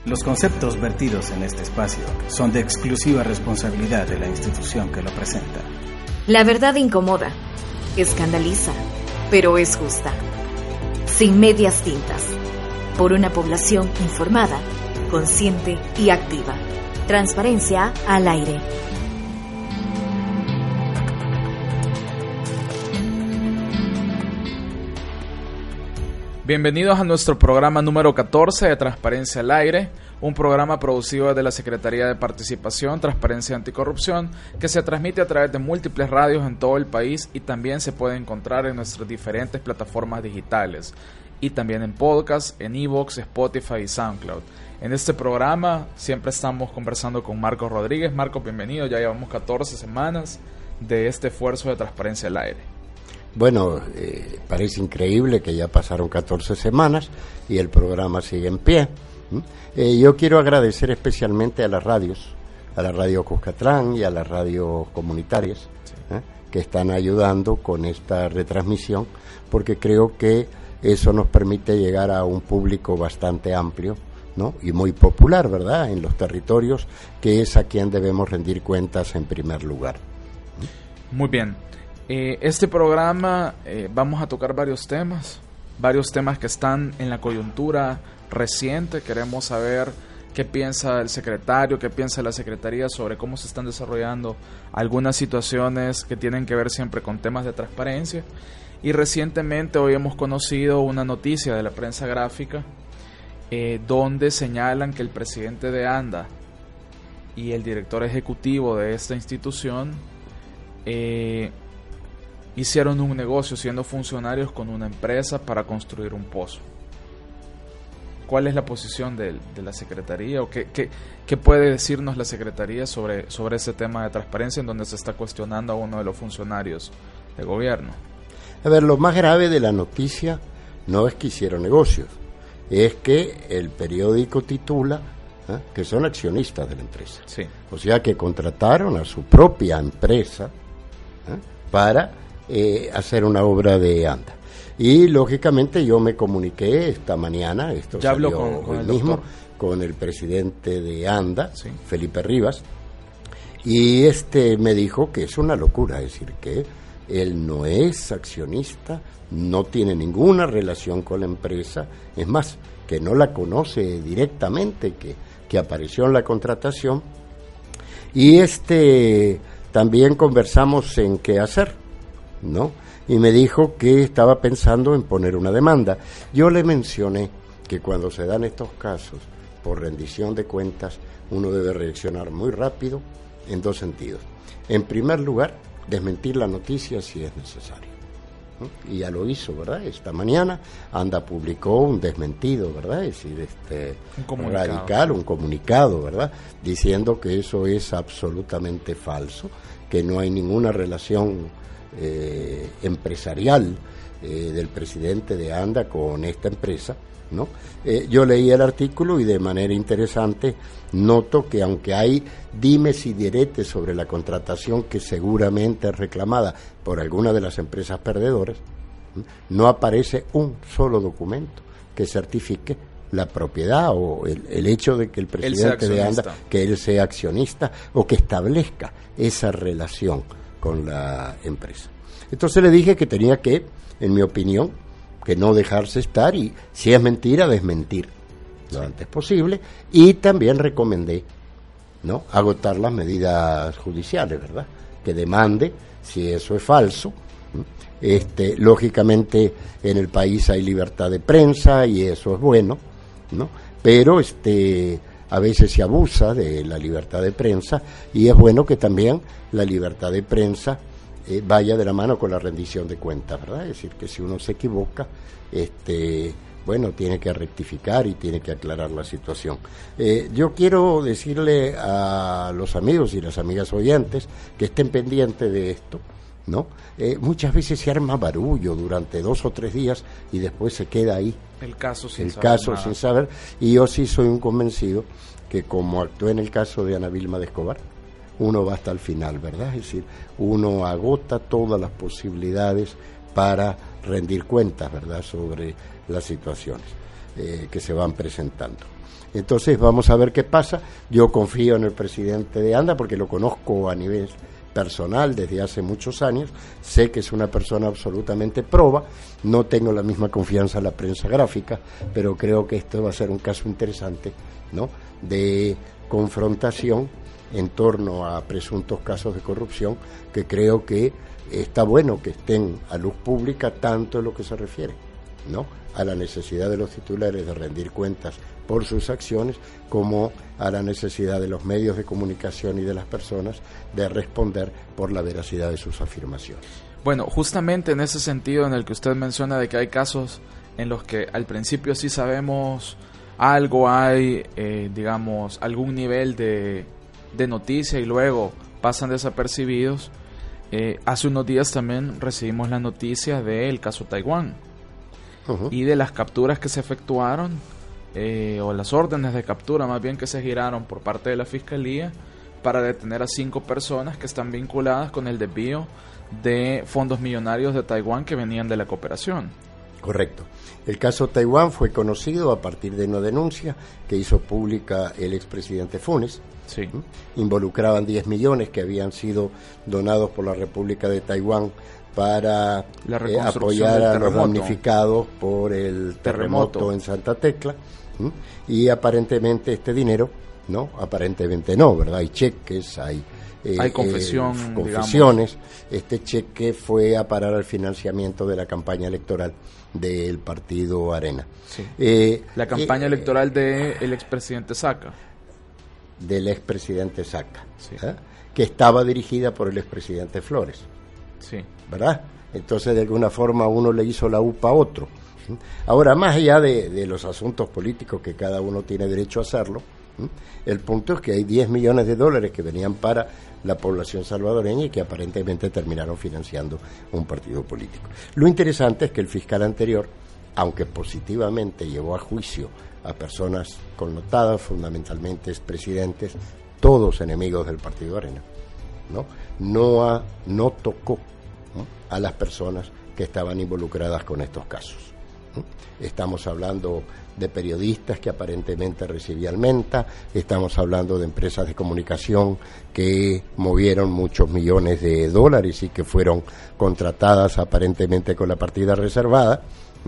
Los conceptos vertidos en este espacio son de exclusiva responsabilidad de la institución que lo presenta. La verdad incomoda, escandaliza, pero es justa. Sin medias tintas. Por una población informada, consciente y activa. Transparencia al aire. Bienvenidos a nuestro programa número 14 de Transparencia al Aire, un programa producido desde la Secretaría de Participación, Transparencia y Anticorrupción, que se transmite a través de múltiples radios en todo el país y también se puede encontrar en nuestras diferentes plataformas digitales y también en podcast, en iVoox, Spotify y SoundCloud. En este programa siempre estamos conversando con Marcos Rodríguez. Marcos, bienvenido, ya llevamos 14 semanas de este esfuerzo de Transparencia al Aire. Bueno, parece increíble que ya pasaron 14 semanas y el programa sigue en pie. Yo quiero agradecer especialmente a las radios, a la Radio Cuscatlán y a las radios comunitarias, que están ayudando con esta retransmisión, porque creo que eso nos permite llegar a un público bastante amplio, ¿no? Y muy popular, ¿verdad?, en los territorios, que es a quien debemos rendir cuentas en primer lugar. Muy bien. Este programa vamos a tocar varios temas que están en la coyuntura reciente. Queremos saber qué piensa el secretario, qué piensa la Secretaría sobre cómo se están desarrollando algunas situaciones que tienen que ver siempre con temas de transparencia. Y recientemente hoy hemos conocido una noticia de la prensa gráfica donde señalan que el presidente de ANDA y el director ejecutivo de esta institución hicieron un negocio siendo funcionarios con una empresa para construir un pozo. ¿Cuál es la posición de la Secretaría o qué puede decirnos la Secretaría sobre ese tema de transparencia en donde se está cuestionando a uno de los funcionarios de gobierno? A ver, lo más grave de la noticia no es que hicieron negocios, es que el periódico titula que son accionistas de la empresa. Sí. O sea que contrataron a su propia empresa para hacer una obra de ANDA. Y lógicamente yo me comuniqué esta mañana, esto ya salió habló con hoy el mismo, doctor, con el presidente de ANDA, sí, Felipe Rivas, y me dijo que es una locura, es decir, que él no es accionista, no tiene ninguna relación con la empresa, es más, que no la conoce directamente, que apareció en la contratación, y también conversamos en qué hacer, ¿no? Y me dijo que estaba pensando en poner una demanda. Yo le mencioné que cuando se dan estos casos por rendición de cuentas, uno debe reaccionar muy rápido en dos sentidos. En primer lugar, desmentir la noticia si es necesario, ¿no? Y ya lo hizo, ¿verdad? Esta mañana ANDA publicó un desmentido, ¿verdad? Es decir, un comunicado, radical, un comunicado, ¿verdad?, diciendo que eso es absolutamente falso, que no hay ninguna relación empresarial del presidente de ANDA con esta empresa, ¿no? Yo leí el artículo y de manera interesante noto que aunque hay dimes y diretes sobre la contratación que seguramente es reclamada por alguna de las empresas perdedoras, no aparece un solo documento que certifique la propiedad o el hecho de que el presidente de ANDA, que él sea accionista o que establezca esa relación con la empresa. Entonces le dije que tenía que, en mi opinión, que no dejarse estar y si es mentira, desmentir lo antes posible, y también recomendé, ¿no?, agotar las medidas judiciales, ¿verdad?, que demande si eso es falso. Lógicamente en el país hay libertad de prensa y eso es bueno, ¿no?, pero a veces se abusa de la libertad de prensa y es bueno que también la libertad de prensa vaya de la mano con la rendición de cuentas, ¿verdad? Es decir, que si uno se equivoca, bueno, tiene que rectificar y tiene que aclarar la situación. Yo quiero decirle a los amigos y las amigas oyentes que estén pendientes de esto, ¿no? Muchas veces se arma barullo durante 2 o 3 días y después se queda ahí el caso sin saber, y yo sí soy un convencido que como actué en el caso de Ana Vilma de Escobar, uno va hasta el final, ¿verdad? Es decir, uno agota todas las posibilidades para rendir cuentas, ¿verdad?, sobre las situaciones que se van presentando. Entonces vamos a ver qué pasa. Yo confío en el presidente de ANDA porque lo conozco a nivel personal desde hace muchos años, sé que es una persona absolutamente proba, no tengo la misma confianza en la prensa gráfica, pero creo que esto va a ser un caso interesante, ¿no?, de confrontación en torno a presuntos casos de corrupción, que creo que está bueno que estén a luz pública, tanto en lo que se refiere, ¿no?, a la necesidad de los titulares de rendir cuentas por sus acciones, como a la necesidad de los medios de comunicación y de las personas de responder por la veracidad de sus afirmaciones. Bueno, justamente en ese sentido en el que usted menciona de que hay casos en los que al principio sí sabemos algo, hay, digamos, algún nivel de noticia y luego pasan desapercibidos. Hace unos días también recibimos la noticia del caso Taiwán y de las capturas que se efectuaron, o las órdenes de captura más bien que se giraron por parte de la Fiscalía para detener a 5 personas que están vinculadas con el desvío de fondos millonarios de Taiwán que venían de la cooperación. Correcto. El caso Taiwán fue conocido a partir de una denuncia que hizo pública el expresidente Funes. Sí. Involucraban 10 millones que habían sido donados por la República de Taiwán para apoyar a los damnificados por el terremoto en Santa Tecla. Y aparentemente este dinero, no, aparentemente no, ¿verdad? Hay cheques, hay confesiones. Este cheque fue a parar al financiamiento de la campaña electoral del partido Arena. Sí. La campaña electoral del expresidente Saca. Del expresidente Saca, sí, que estaba dirigida por el expresidente Flores. Sí. ¿Verdad? Entonces de alguna forma uno le hizo la UPA a otro. Ahora, más allá de los asuntos políticos que cada uno tiene derecho a hacerlo, el punto es que hay 10 millones de dólares que venían para la población salvadoreña y que aparentemente terminaron financiando un partido político. Lo interesante es que el fiscal anterior, aunque positivamente llevó a juicio a personas connotadas, fundamentalmente expresidentes, todos enemigos del partido Arena, no tocó a las personas que estaban involucradas con estos casos. Estamos hablando de periodistas que aparentemente recibían menta, estamos hablando de empresas de comunicación que movieron muchos millones de dólares y que fueron contratadas aparentemente con la partida reservada.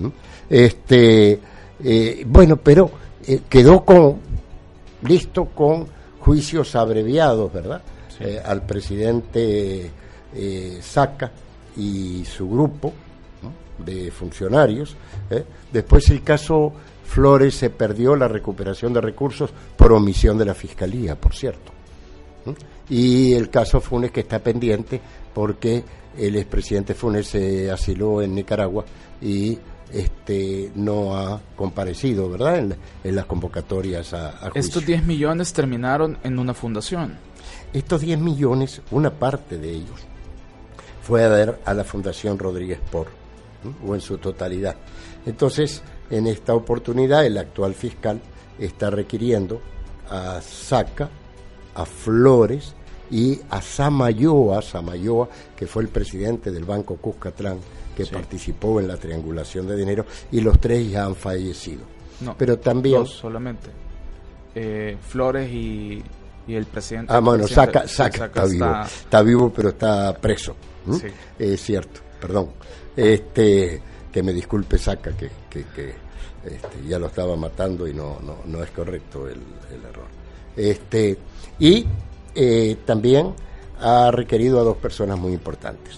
Bueno, pero quedó listo con juicios abreviados, ¿verdad? Sí. Al presidente Saca y su grupo, ¿no?, de funcionarios. Después el caso Flores se perdió la recuperación de recursos por omisión de la Fiscalía, por cierto. Y el caso Funes, que está pendiente porque el expresidente Funes se asiló en Nicaragua y no ha comparecido, ¿verdad?, en las convocatorias a juicio. Estos 10 millones terminaron en una fundación. Estos 10 millones, una parte de ellos fue a dar a la Fundación Rodríguez Por, o en su totalidad. Entonces, en esta oportunidad, el actual fiscal está requiriendo a Saca, a Flores y a Samayoa, que fue el presidente del Banco Cuscatlán, que sí participó en la triangulación de dinero, y los 3 ya han fallecido. No, pero también 2 solamente. Flores y el presidente. Bueno, Saca está vivo, pero está preso. Sí. Es cierto, perdón. Que me disculpe Saca, que ya lo estaba matando y no es correcto el error. Y también ha requerido a 2 personas muy importantes.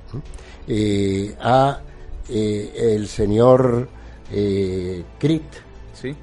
El señor Crit, ¿sí?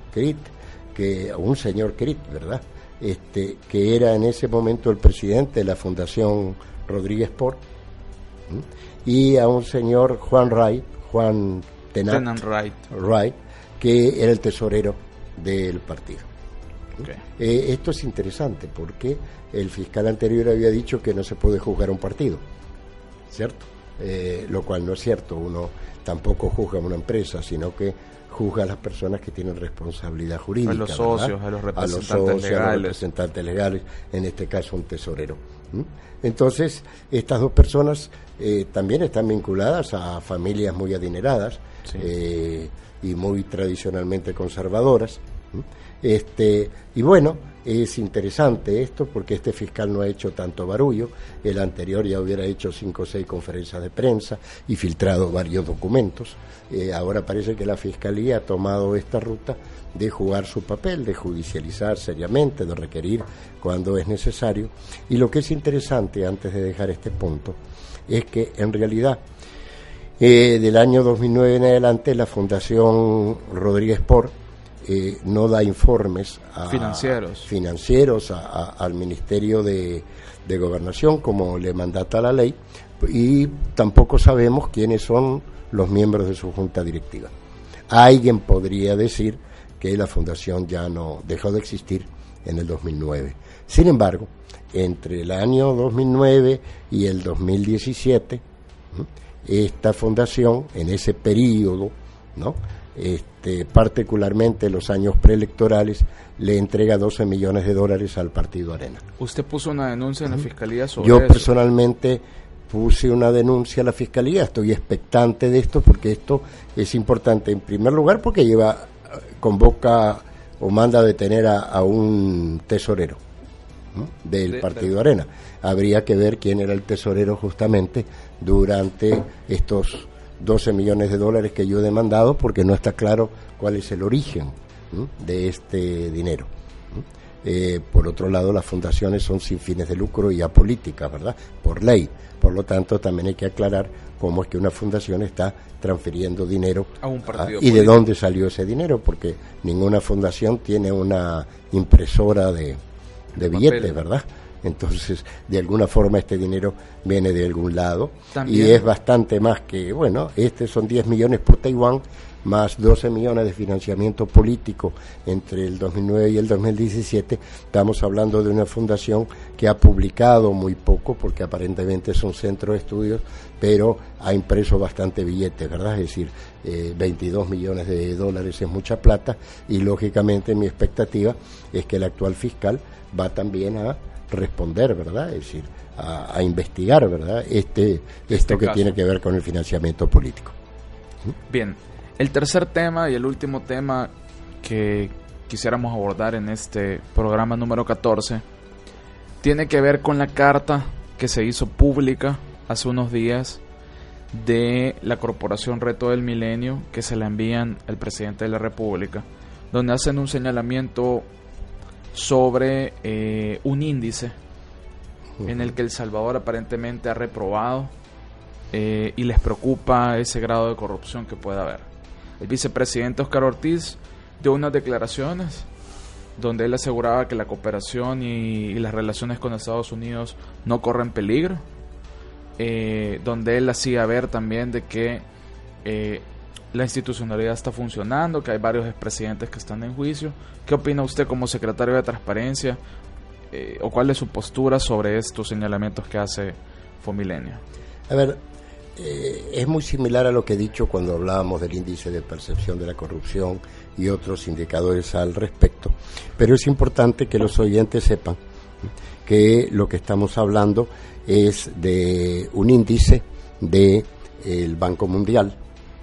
Un señor Crit, ¿verdad? Que era en ese momento el presidente de la Fundación Rodríguez Por, y a un señor Juan Tennant Wright, que era el tesorero del partido. Okay. Esto es interesante porque el fiscal anterior había dicho que no se puede juzgar un partido, ¿cierto? Lo cual no es cierto. Uno tampoco juzga a una empresa, sino que juzga a las personas que tienen responsabilidad jurídica, a los socios, ¿verdad? a los representantes legales, en este caso un tesorero. Entonces, estas 2 personas también están vinculadas a familias muy adineradas, sí, y muy tradicionalmente conservadoras, Y bueno, es interesante esto porque este fiscal no ha hecho tanto barullo. El anterior ya hubiera hecho 5 o 6 conferencias de prensa y filtrado varios documentos. Ahora parece que la Fiscalía ha tomado esta ruta de jugar su papel, de judicializar seriamente, de requerir cuando es necesario. Y lo que es interesante, antes de dejar este punto, es que en realidad del año 2009 en adelante la Fundación Rodríguez Por no da informes financieros al Ministerio de Gobernación como le mandata la ley, y tampoco sabemos quiénes son los miembros de su junta directiva. Alguien podría decir que la fundación ya no dejó de existir en el 2009. Sin embargo, entre el año 2009 y el 2017, esta fundación, en ese periodo, ¿no?, particularmente los años preelectorales, le entrega $12 millones al Partido Arena. ¿Usted puso una denuncia en la Fiscalía sobre eso? Yo eso? Personalmente puse una denuncia a la Fiscalía. Estoy expectante de esto porque esto es importante, en primer lugar porque convoca o manda a detener a un tesorero, ¿no?, del Partido Arena. Habría que ver quién era el tesorero justamente durante estos $12 millones que yo he demandado, porque no está claro cuál es el origen, ¿no?, de este dinero. Por otro lado, las fundaciones son sin fines de lucro y apolíticas, ¿verdad?, por ley. Por lo tanto, también hay que aclarar cómo es que una fundación está transfiriendo dinero a un partido y de dónde salió ese dinero, porque ninguna fundación tiene una impresora de billetes, ¿verdad? Entonces, de alguna forma este dinero viene de algún lado. También, y es bastante más que, bueno, son 10 millones por Taiwán, más 12 millones de financiamiento político entre el 2009 y el 2017. Estamos hablando de una fundación que ha publicado muy poco, porque aparentemente es un centro de estudios, pero ha impreso bastante billetes, ¿verdad? Es decir, $22 millones es mucha plata, y lógicamente mi expectativa es que el actual fiscal va también a responder, ¿verdad? Es decir, a investigar, ¿verdad?, esto que tiene que ver con el financiamiento político. Bien, el tercer tema y el último tema que quisiéramos abordar en este programa número 14 tiene que ver con la carta que se hizo pública hace unos días de la Corporación Reto del Milenio, que se la envían al presidente de la República, donde hacen un señalamiento sobre un índice en el que El Salvador aparentemente ha reprobado y les preocupa ese grado de corrupción que puede haber. El vicepresidente Óscar Ortiz dio unas declaraciones donde él aseguraba que la cooperación y las relaciones con Estados Unidos no corren peligro, donde él hacía ver también de que la institucionalidad está funcionando, que hay varios expresidentes que están en juicio. ¿Qué opina usted como secretario de Transparencia o cuál es su postura sobre estos señalamientos que hace Fomilenio? A ver, es muy similar a lo que he dicho cuando hablábamos del índice de percepción de la corrupción y otros indicadores al respecto, pero es importante que los oyentes sepan que lo que estamos hablando es de un índice del Banco Mundial,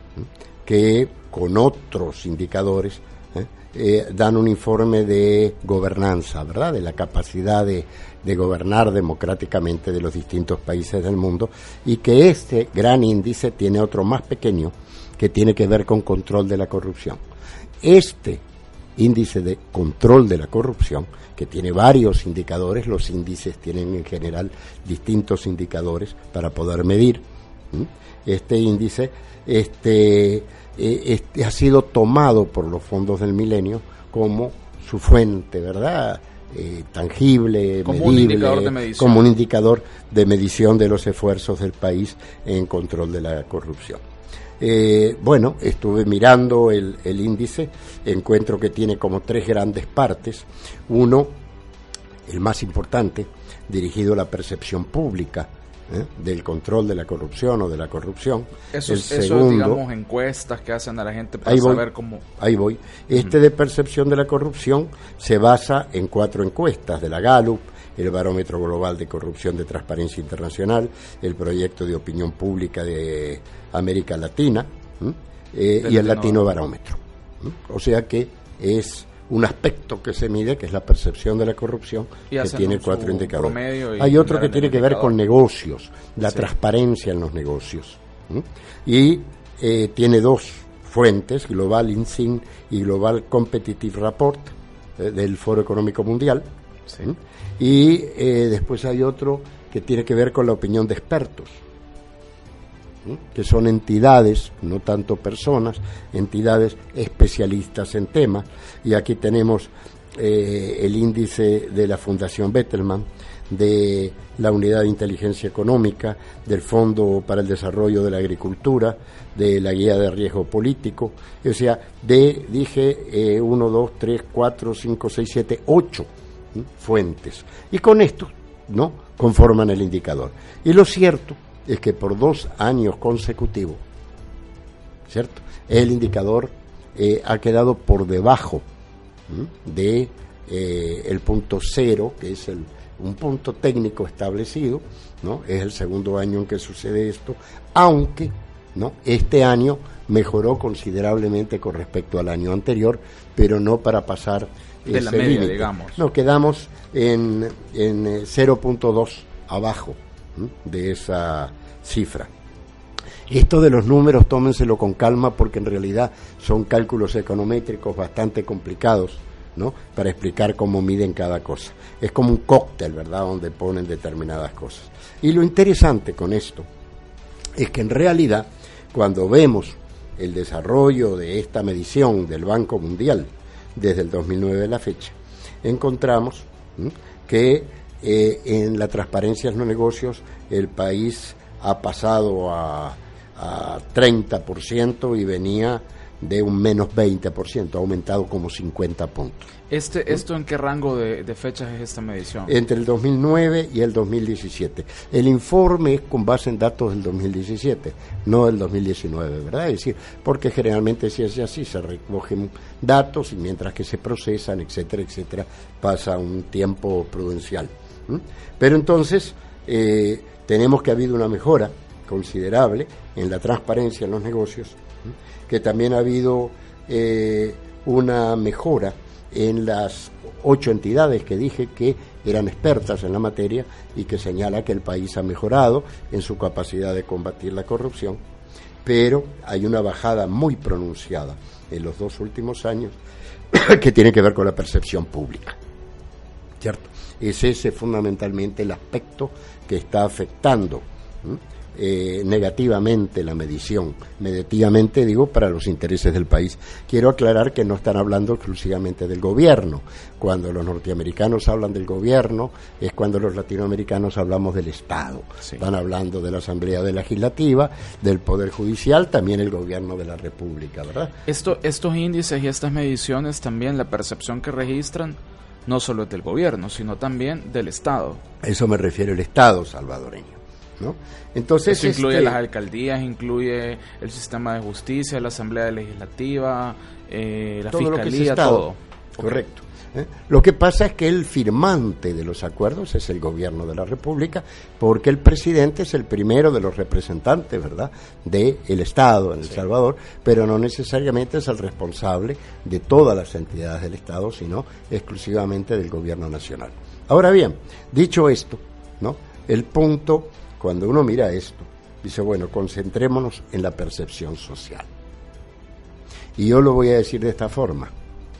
que con otros indicadores dan un informe de gobernanza, ¿verdad?, de la capacidad de gobernar democráticamente de los distintos países del mundo, y que este gran índice tiene otro más pequeño que tiene que ver con control de la corrupción. Este índice de control de la corrupción, que tiene varios indicadores, los índices tienen en general distintos indicadores para poder medir. Este índice ha sido tomado por los fondos del milenio como su fuente, ¿verdad?, tangible, como medible, como un indicador de medición de los esfuerzos del país en control de la corrupción. Bueno, estuve mirando el índice, encuentro que tiene como 3 grandes partes. Uno, el más importante, dirigido a la percepción pública del control de la corrupción o de la corrupción. Eso digamos, encuestas que hacen a la gente para saber cómo... Ahí voy. De percepción de la corrupción se basa en 4 encuestas de la Gallup, el Barómetro Global de Corrupción de Transparencia Internacional, el Proyecto de Opinión Pública de América Latina y el Latino Barómetro. O sea que es un aspecto que se mide, que es la percepción de la corrupción, que tiene 4 indicadores. Hay otro que tiene que ver con negocios, la transparencia en los negocios. Y tiene 2 fuentes, Global INSIN y Global Competitive Report, del Foro Económico Mundial. Sí. Y después hay otro que tiene que ver con la opinión de expertos, que son entidades, no tanto personas, entidades especialistas en temas. Y aquí tenemos el índice de la Fundación Bettelman, de la Unidad de Inteligencia Económica, del Fondo para el Desarrollo de la Agricultura, de la Guía de Riesgo Político, o sea, dije 1, 2, 3, 4, 5, 6, 7, 8 fuentes. Y con esto, ¿no?, conforman el indicador. Y lo cierto es que por 2 años consecutivos, ¿cierto?, el indicador ha quedado por debajo de el punto 0, que es un punto técnico establecido, ¿no? Es el segundo año en que sucede esto, aunque, ¿no?, este año mejoró considerablemente con respecto al año anterior, pero no para pasar de la media, límite. Digamos. No, quedamos en 0.2 abajo de esa cifra. Esto de los números, tómenselo con calma, porque en realidad son cálculos econométricos bastante complicados, ¿no?, para explicar cómo miden cada cosa. Es como un cóctel, ¿verdad?, donde ponen determinadas cosas. Y lo interesante con esto es que en realidad, cuando vemos el desarrollo de esta medición del Banco Mundial desde el 2009 a la fecha, encontramos que en la transparencia en los negocios el país ha pasado a 30% y venía de un menos 20%, ha aumentado como 50 puntos. ¿Esto en qué rango de fechas es esta medición? Entre el 2009 y el 2017. El informe es con base en datos del 2017, no del 2019, ¿verdad? Es decir, porque generalmente si es así, se recogen datos y mientras que se procesan, etcétera, etcétera, pasa un tiempo prudencial. Pero entonces, tenemos que ha habido una mejora considerable en la transparencia en los negocios, que también ha habido una mejora en las 8 entidades que dije que eran expertas en la materia y que señala que el país ha mejorado en su capacidad de combatir la corrupción, pero hay una bajada muy pronunciada en los 2 últimos años que tiene que ver con la percepción pública, ¿cierto? Es ese fundamentalmente el aspecto que está afectando negativamente la medición. Negativamente digo para los intereses del país. Quiero aclarar que no están hablando exclusivamente del gobierno. Cuando los norteamericanos hablan del gobierno es cuando los latinoamericanos hablamos del Estado. Sí. Están hablando de la Asamblea Legislativa, del Poder Judicial, también el gobierno de la República, ¿verdad? Estos índices y estas mediciones también, la percepción que registran no solo es del gobierno, sino también del Estado. Eso me refiero al Estado salvadoreño, ¿no? Entonces, eso incluye las alcaldías, incluye el sistema de justicia, la Asamblea Legislativa, la todo Fiscalía, todo. Correcto. Lo que pasa es que el firmante de los acuerdos es el gobierno de la República, porque el presidente es el primero de los representantes, ¿verdad?, del Estado en El Salvador, pero no necesariamente es el responsable de todas las entidades del Estado, sino exclusivamente del gobierno nacional. Ahora bien, dicho esto, ¿no?, el punto, cuando uno mira esto, dice, bueno, concentrémonos en la percepción social. Y yo lo voy a decir de esta forma.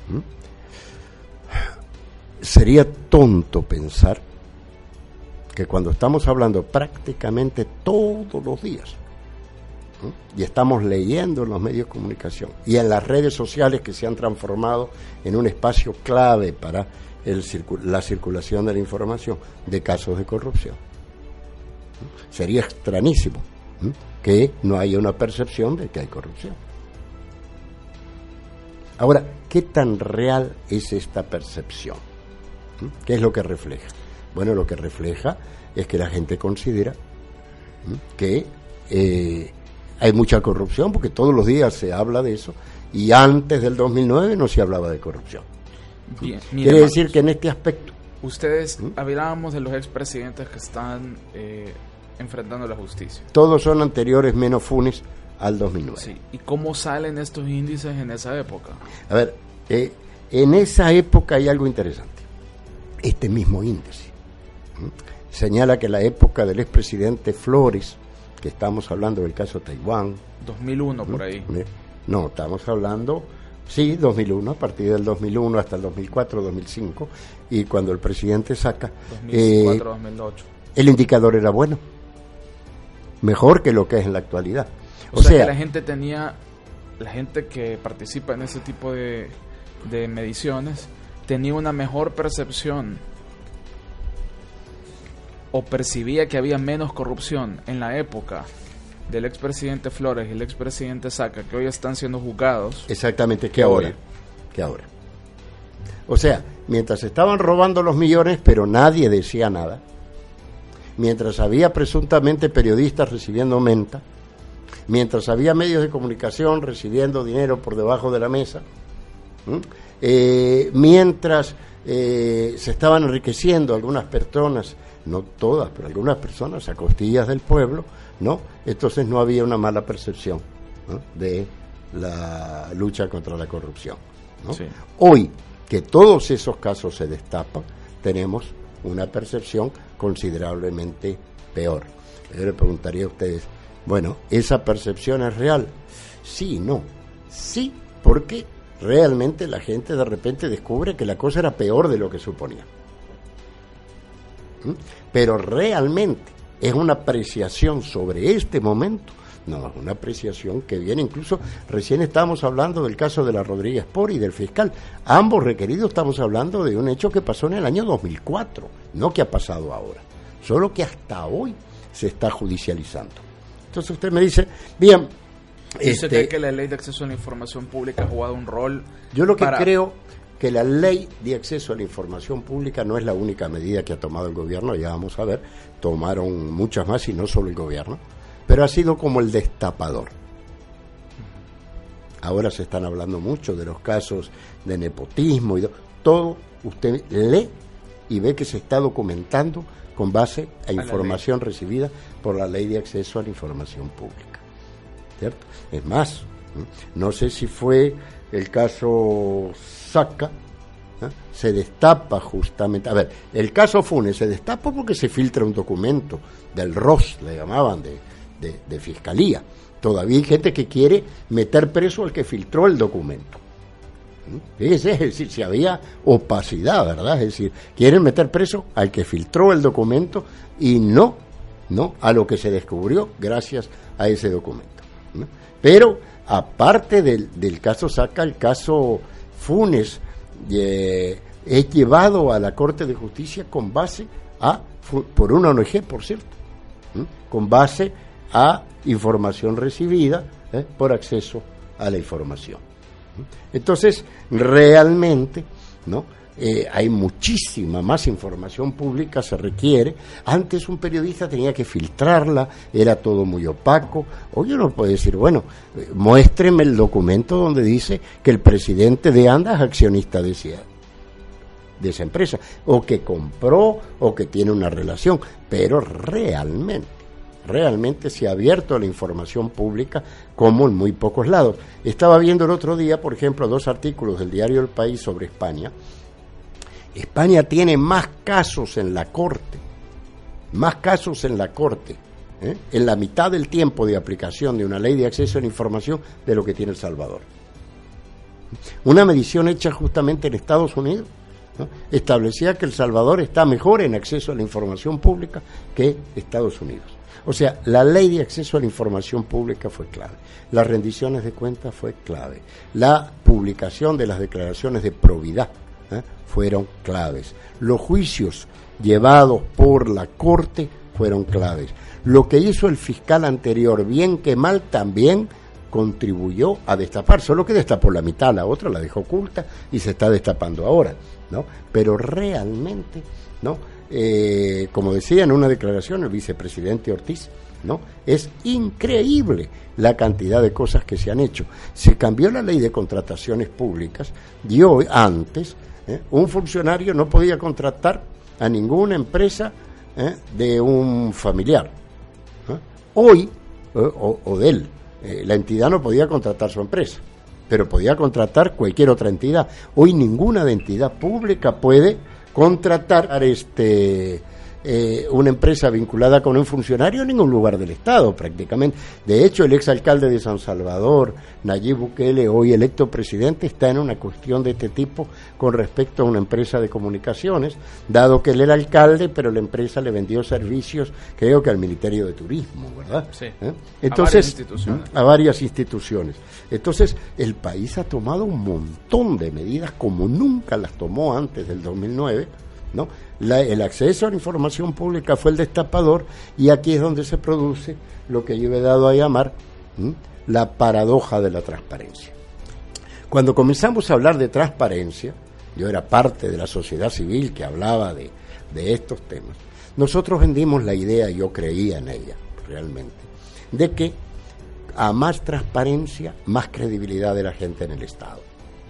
Sería tonto pensar que cuando estamos hablando prácticamente todos los días, y estamos leyendo en los medios de comunicación y en las redes sociales que se han transformado en un espacio clave para la circulación de la información de casos de corrupción, sería extrañísimo que no haya una percepción de que hay corrupción. Ahora, ¿qué tan real es esta percepción? ¿Qué es lo que refleja? Bueno, lo que refleja es que la gente considera que hay mucha corrupción, porque todos los días se habla de eso, y antes del 2009 no se hablaba de corrupción. Bien, quiere decir que en este aspecto... Ustedes hablábamos de los expresidentes que están enfrentando la justicia. Todos son anteriores menos Funes al 2009. Sí. ¿Y cómo salen estos índices en esa época? A ver, En esa época hay algo interesante. Este mismo índice señala que la época del expresidente Flores, que estamos hablando del caso Taiwán. 2001 por ahí. No, estamos hablando, sí, 2001, a partir del 2001 hasta el 2004, 2005, y cuando el presidente saca... 2004, 2008. El indicador era bueno, mejor que lo que es en la actualidad. O sea que la gente que participa en ese tipo de mediciones tenía una mejor percepción o percibía que había menos corrupción en la época del expresidente Flores y el expresidente Saca, que hoy están siendo juzgados. Exactamente, que ahora. O sea, mientras estaban robando los millones, pero nadie decía nada, mientras había presuntamente periodistas recibiendo menta, mientras había medios de comunicación recibiendo dinero por debajo de la mesa, mientras se estaban enriqueciendo algunas personas, no todas, pero algunas personas a costillas del pueblo, ¿no? Entonces no había una mala percepción, ¿no?, de la lucha contra la corrupción, ¿no? Sí. Hoy, que todos esos casos se destapan, tenemos una percepción considerablemente peor. Yo le preguntaría a ustedes, bueno, ¿esa percepción es real? Sí y no. Sí, porque realmente la gente de repente descubre que la cosa era peor de lo que suponía. Pero realmente es una apreciación sobre este momento. No, es una apreciación que viene, incluso recién estábamos hablando del caso de la Rodríguez Pori y del fiscal. Ambos requeridos, estamos hablando de un hecho que pasó en el año 2004, no que ha pasado ahora, solo que hasta hoy se está judicializando. Entonces usted me dice, bien... ¿Usted cree que la ley de acceso a la información pública ha jugado un rol? Yo lo que creo que la ley de acceso a la información pública no es la única medida que ha tomado el gobierno, ya vamos a ver, tomaron muchas más y no solo el gobierno, pero ha sido como el destapador. Ahora se están hablando mucho de los casos de nepotismo y todo, usted lee y ve que se está documentando con base a información recibida por la ley de acceso a la información pública, ¿cierto? Es más, no sé si fue el caso Saca, se destapa justamente, a ver, el caso Funes se destapa porque se filtra un documento del ROS, le llamaban, de fiscalía. Todavía hay gente que quiere meter preso al que filtró el documento. Fíjese, es decir, si había opacidad, ¿verdad? Es decir, quieren meter preso al que filtró el documento y no a lo que se descubrió gracias a ese documento, ¿no? Pero aparte del caso Saca, el caso Funes es llevado a la Corte de Justicia con base por una ONG, por cierto, con base a información recibida por acceso a la información. Entonces, realmente, ¿no? Hay muchísima más información pública, se requiere. Antes un periodista tenía que filtrarla, era todo muy opaco. Hoy uno puede decir, bueno, muéstreme el documento donde dice que el presidente de ANDA es accionista de esa empresa, o que compró, o que tiene una relación, pero realmente se ha abierto a la información pública como en muy pocos lados. Estaba viendo el otro día, por ejemplo, 2 artículos del diario El País sobre España. España tiene más casos en la Corte, en la mitad del tiempo de aplicación de una ley de acceso a la información de lo que tiene El Salvador. Una medición hecha justamente en Estados Unidos, ¿no?, establecía que El Salvador está mejor en acceso a la información pública que Estados Unidos. O sea, la ley de acceso a la información pública fue clave, las rendiciones de cuentas fue clave, la publicación de las declaraciones de probidad fueron claves, los juicios llevados por la Corte fueron claves. Lo que hizo el fiscal anterior, bien que mal, también contribuyó a destapar, solo que destapó la mitad, la otra la dejó oculta y se está destapando ahora, ¿no? Pero realmente, ¿no? Como decía en una declaración el vicepresidente Ortiz, ¿no?, es increíble la cantidad de cosas que se han hecho. Se cambió la ley de contrataciones públicas y hoy, antes, un funcionario no podía contratar a ninguna empresa de un familiar. Hoy, o de él, la entidad no podía contratar su empresa. pero podía contratar cualquier otra entidad. Hoy ninguna entidad pública puede contratar una empresa vinculada con un funcionario en ningún lugar del Estado, prácticamente. De hecho, el exalcalde de San Salvador, Nayib Bukele, hoy electo presidente, está en una cuestión de este tipo con respecto a una empresa de comunicaciones, dado que él era alcalde, pero la empresa le vendió servicios, creo que al Ministerio de Turismo, ¿verdad? Sí. Entonces, a varias instituciones. Entonces, el país ha tomado un montón de medidas como nunca las tomó antes del 2009, ¿no? El acceso a la información pública fue el destapador, y aquí es donde se produce lo que yo he dado a llamar la paradoja de la transparencia. Cuando comenzamos a hablar de transparencia, yo era parte de la sociedad civil que hablaba de estos temas, nosotros vendimos la idea, yo creía en ella realmente, de que a más transparencia, más credibilidad de la gente en el Estado.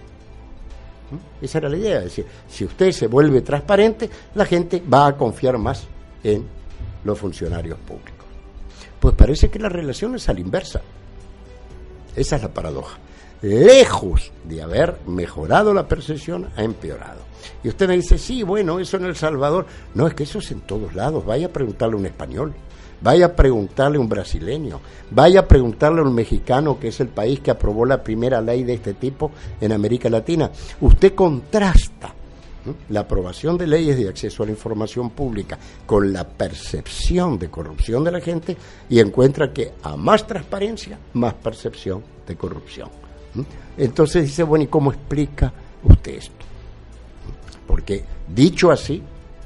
Esa era la idea, es decir, si usted se vuelve transparente, la gente va a confiar más en los funcionarios públicos. Pues parece que la relación es a la inversa. Esa es la paradoja. Lejos de haber mejorado la percepción, ha empeorado. Y usted me dice, sí, bueno, eso en El Salvador. No, es que eso es en todos lados. Vaya a preguntarle a un español, vaya a preguntarle a un brasileño, vaya a preguntarle a un mexicano, que es el país que aprobó la primera ley de este tipo en América Latina. Usted contrasta la aprobación de leyes de acceso a la información pública con la percepción de corrupción de la gente y encuentra que a más transparencia, más percepción de corrupción. Entonces dice, bueno, ¿y cómo explica usted esto? Porque dicho así,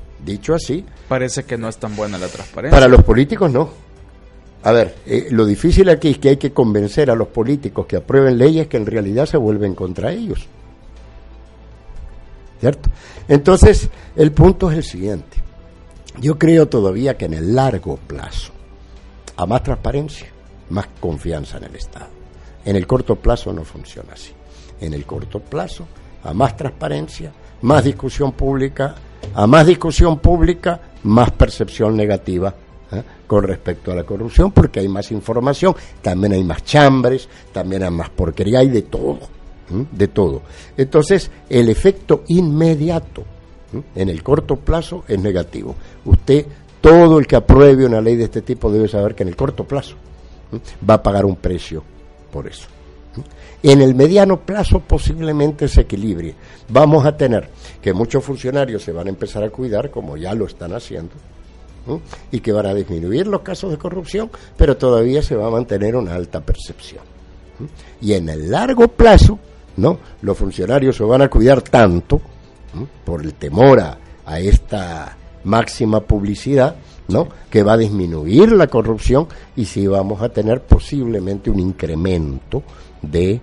parece que no es tan buena la transparencia. Para los políticos no. A ver, lo difícil aquí es que hay que convencer a los políticos que aprueben leyes que en realidad se vuelven contra ellos. ¿Cierto? Entonces, el punto es el siguiente. Yo creo todavía que en el largo plazo, a más transparencia, más confianza en el Estado. En el corto plazo no funciona así. En el corto plazo, a más transparencia, más discusión pública, a más discusión pública, más percepción negativa con respecto a la corrupción, porque hay más información, también hay más chambres, también hay más porquería, hay de todo, de todo. Entonces, el efecto inmediato en el corto plazo es negativo. Usted, todo el que apruebe una ley de este tipo debe saber que en el corto plazo va a pagar un precio por eso. En el mediano plazo posiblemente se equilibre. Vamos a tener que muchos funcionarios se van a empezar a cuidar, como ya lo están haciendo, y que van a disminuir los casos de corrupción, pero todavía se va a mantener una alta percepción. Y en el largo plazo, ¿no?, los funcionarios se van a cuidar tanto por el temor a esta máxima publicidad, ¿no?, que va a disminuir la corrupción, y sí vamos a tener posiblemente un incremento de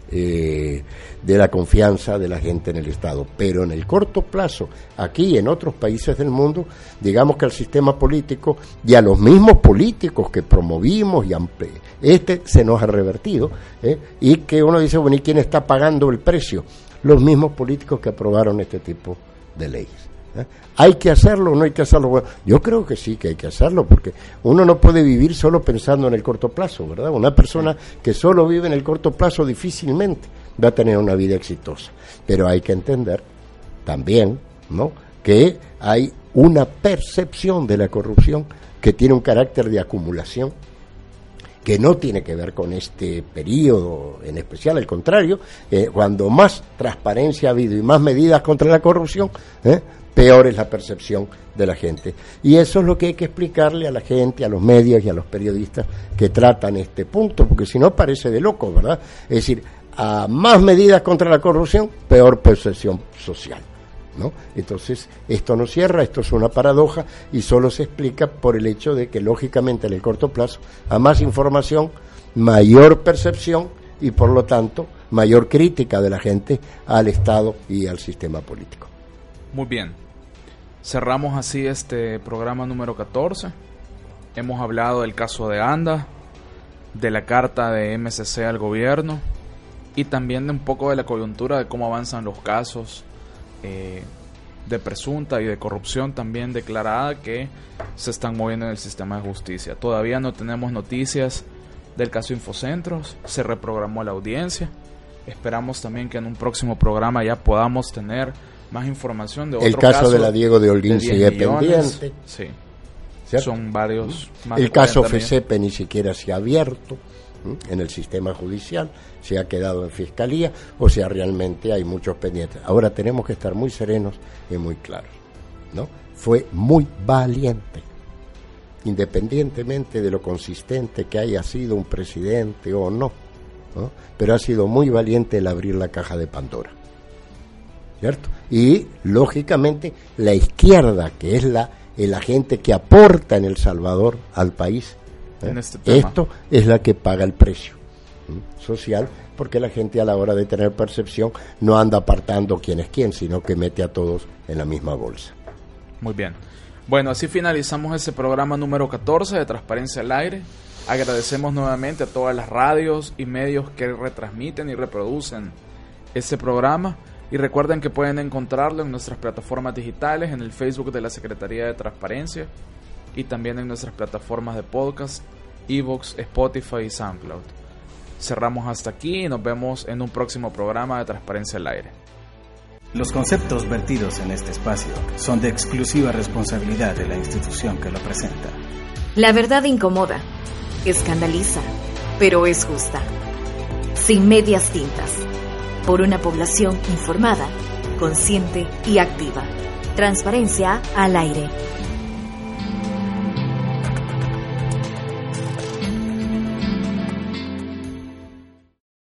la confianza de la gente en el Estado. Pero en el corto plazo, aquí y en otros países del mundo, digamos que al sistema político y a los mismos políticos que promovimos se nos ha revertido, y que uno dice, bueno, ¿y quién está pagando el precio? Los mismos políticos que aprobaron este tipo de leyes. ¿Hay que hacerlo o no hay que hacerlo? Bueno, yo creo que sí que hay que hacerlo, porque uno no puede vivir solo pensando en el corto plazo, ¿verdad? Una persona que solo vive en el corto plazo difícilmente va a tener una vida exitosa. Pero hay que entender también, ¿no?, que hay una percepción de la corrupción que tiene un carácter de acumulación, que no tiene que ver con este periodo en especial, al contrario, cuando más transparencia ha habido y más medidas contra la corrupción, peor es la percepción de la gente. Y eso es lo que hay que explicarle a la gente, a los medios y a los periodistas que tratan este punto, porque si no parece de loco, ¿verdad? Es decir, a más medidas contra la corrupción, peor percepción social, ¿no? Entonces, esto no cierra, esto es una paradoja, y solo se explica por el hecho de que, lógicamente, en el corto plazo, a más información, mayor percepción y, por lo tanto, mayor crítica de la gente al Estado y al sistema político. Muy bien. Cerramos así este programa número 14. Hemos hablado del caso de ANDA, de la carta de MSC al gobierno, y también de un poco de la coyuntura de cómo avanzan los casos de presunta y de corrupción también declarada que se están moviendo en el sistema de justicia. Todavía no tenemos noticias del caso Infocentros, se reprogramó la audiencia, Esperamos también que en un próximo programa ya podamos tener más información de otro el caso de la Diego de Holguín sigue pendiente. Sí. ¿Cierto? Son varios. Más el de caso 40 FECEPE ni siquiera se ha abierto en el sistema judicial, se ha quedado en fiscalía, o sea, realmente hay muchos pendientes. Ahora tenemos que estar muy serenos y muy claros, ¿no? Fue muy valiente, independientemente de lo consistente que haya sido un presidente o no, ¿no? Pero ha sido muy valiente el abrir la caja de Pandora, ¿cierto? Y, lógicamente, la izquierda, que es el agente que aporta en El Salvador al país, en este tema, esto es la que paga el precio social, porque la gente a la hora de tener percepción no anda apartando quién es quién, sino que mete a todos en la misma bolsa. Muy bien. Bueno, así finalizamos ese programa número 14 de Transparencia al Aire. Agradecemos nuevamente a todas las radios y medios que retransmiten y reproducen este programa. Y recuerden que pueden encontrarlo en nuestras plataformas digitales, en el Facebook de la Secretaría de Transparencia y también en nuestras plataformas de podcast, iVoox, Spotify y SoundCloud. Cerramos hasta aquí y nos vemos en un próximo programa de Transparencia al Aire. Los conceptos vertidos en este espacio son de exclusiva responsabilidad de la institución que lo presenta. La verdad incomoda, escandaliza, pero es justa. Sin medias tintas. Por una población informada, consciente y activa. Transparencia al aire.